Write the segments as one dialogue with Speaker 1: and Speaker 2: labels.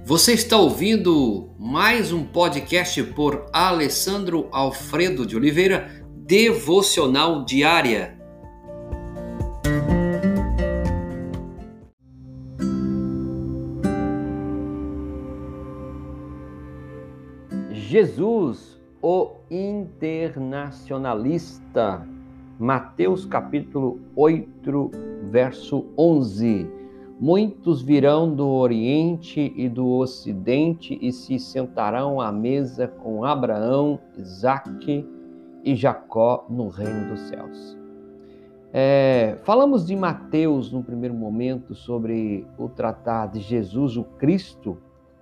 Speaker 1: Você está ouvindo mais um podcast por Alessandro Alfredo de Oliveira, Devocional Diária.
Speaker 2: Jesus, o internacionalista. Mateus capítulo 8, verso 11. Muitos virão do Oriente e do Ocidente e se sentarão à mesa com Abraão, Isaque e Jacó no reino dos céus. Falamos de Mateus no primeiro momento sobre o tratar de Jesus, o Cristo,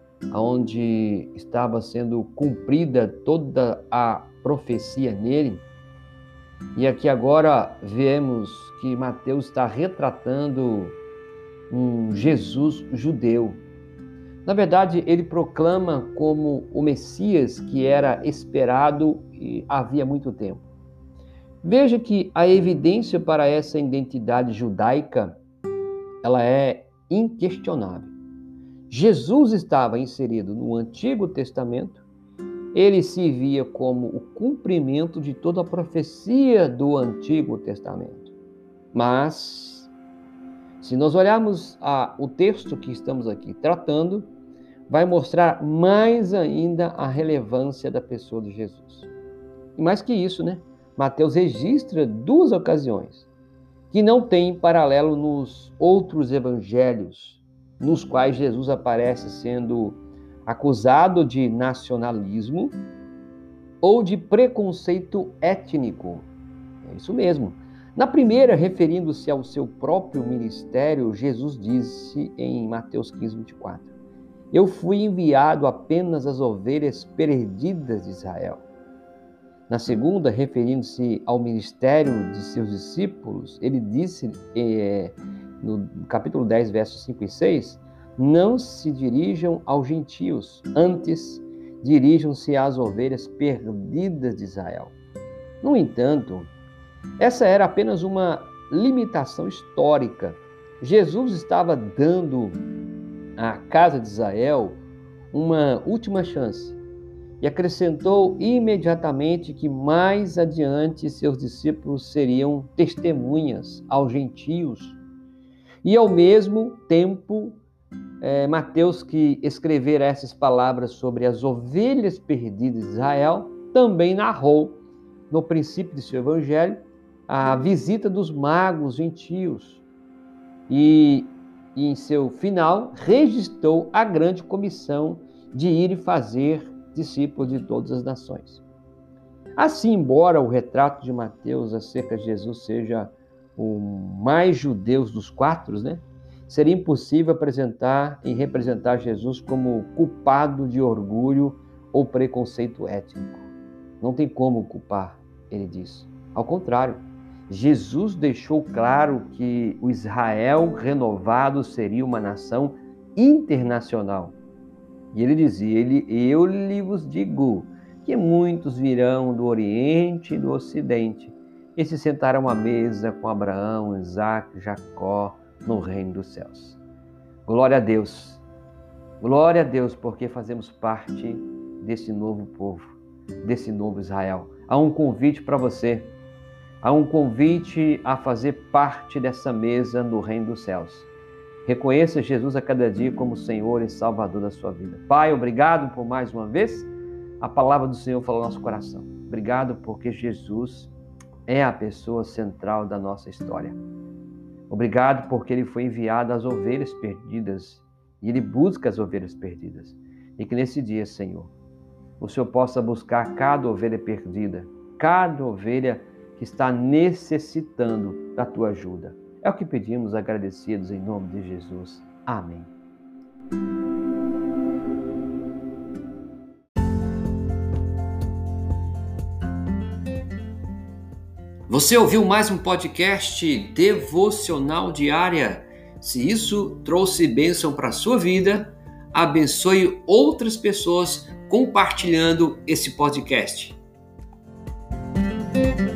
Speaker 2: onde estava sendo cumprida toda a profecia nele. E aqui agora vemos que Mateus está retratando um Jesus judeu. Na verdade, ele proclama como o Messias que era esperado havia muito tempo. Veja que a evidência para essa identidade judaica, ela é inquestionável. Jesus estava inserido no Antigo Testamento, ele se via como o cumprimento de toda a profecia do Antigo Testamento. Mas, se nós olharmos o texto que estamos aqui tratando, vai mostrar mais ainda a relevância da pessoa de Jesus. E mais que isso, Mateus registra duas ocasiões que não tem paralelo nos outros evangelhos, nos quais Jesus aparece sendo acusado de nacionalismo ou de preconceito étnico. É isso mesmo. Na primeira, referindo-se ao seu próprio ministério, Jesus disse em Mateus 15, 24: Eu fui enviado apenas às ovelhas perdidas de Israel. Na segunda, referindo-se ao ministério de seus discípulos, ele disse no capítulo 10, versos 5 e 6, não se dirijam aos gentios, antes dirijam-se às ovelhas perdidas de Israel. No entanto, essa era apenas uma limitação histórica. Jesus estava dando à casa de Israel uma última chance e acrescentou imediatamente que mais adiante seus discípulos seriam testemunhas aos gentios. E ao mesmo tempo, Mateus, que escrevera essas palavras sobre as ovelhas perdidas de Israel, também narrou, no princípio de seu evangelho, a visita dos magos gentios. E em seu final, registrou a grande comissão de ir e fazer discípulos de todas as nações. Assim, embora o retrato de Mateus acerca de Jesus seja o mais judeu dos quatro, seria impossível apresentar e representar Jesus como culpado de orgulho ou preconceito étnico. Não tem como culpar, ele diz. Ao contrário, Jesus deixou claro que o Israel renovado seria uma nação internacional. E ele dizia, eu lhe vos digo que muitos virão do Oriente e do Ocidente e se sentarão à mesa com Abraão, Isaque, Jacó, no reino dos céus. Glória a Deus, porque fazemos parte desse novo povo, desse novo Israel. Há um convite para você, há um convite a fazer parte dessa mesa no reino dos céus. Reconheça Jesus a cada dia como Senhor e Salvador da sua vida. Pai, obrigado por mais uma vez a palavra do Senhor falou no nosso coração. Obrigado porque Jesus é a pessoa central da nossa história. Obrigado porque ele foi enviado às ovelhas perdidas e ele busca as ovelhas perdidas. E que nesse dia, Senhor, o Senhor possa buscar cada ovelha perdida, cada ovelha que está necessitando da tua ajuda. É o que pedimos agradecidos em nome de Jesus. Amém.
Speaker 1: Você ouviu mais um podcast Devocional Diária? Se isso trouxe bênção para a sua vida, abençoe outras pessoas compartilhando esse podcast.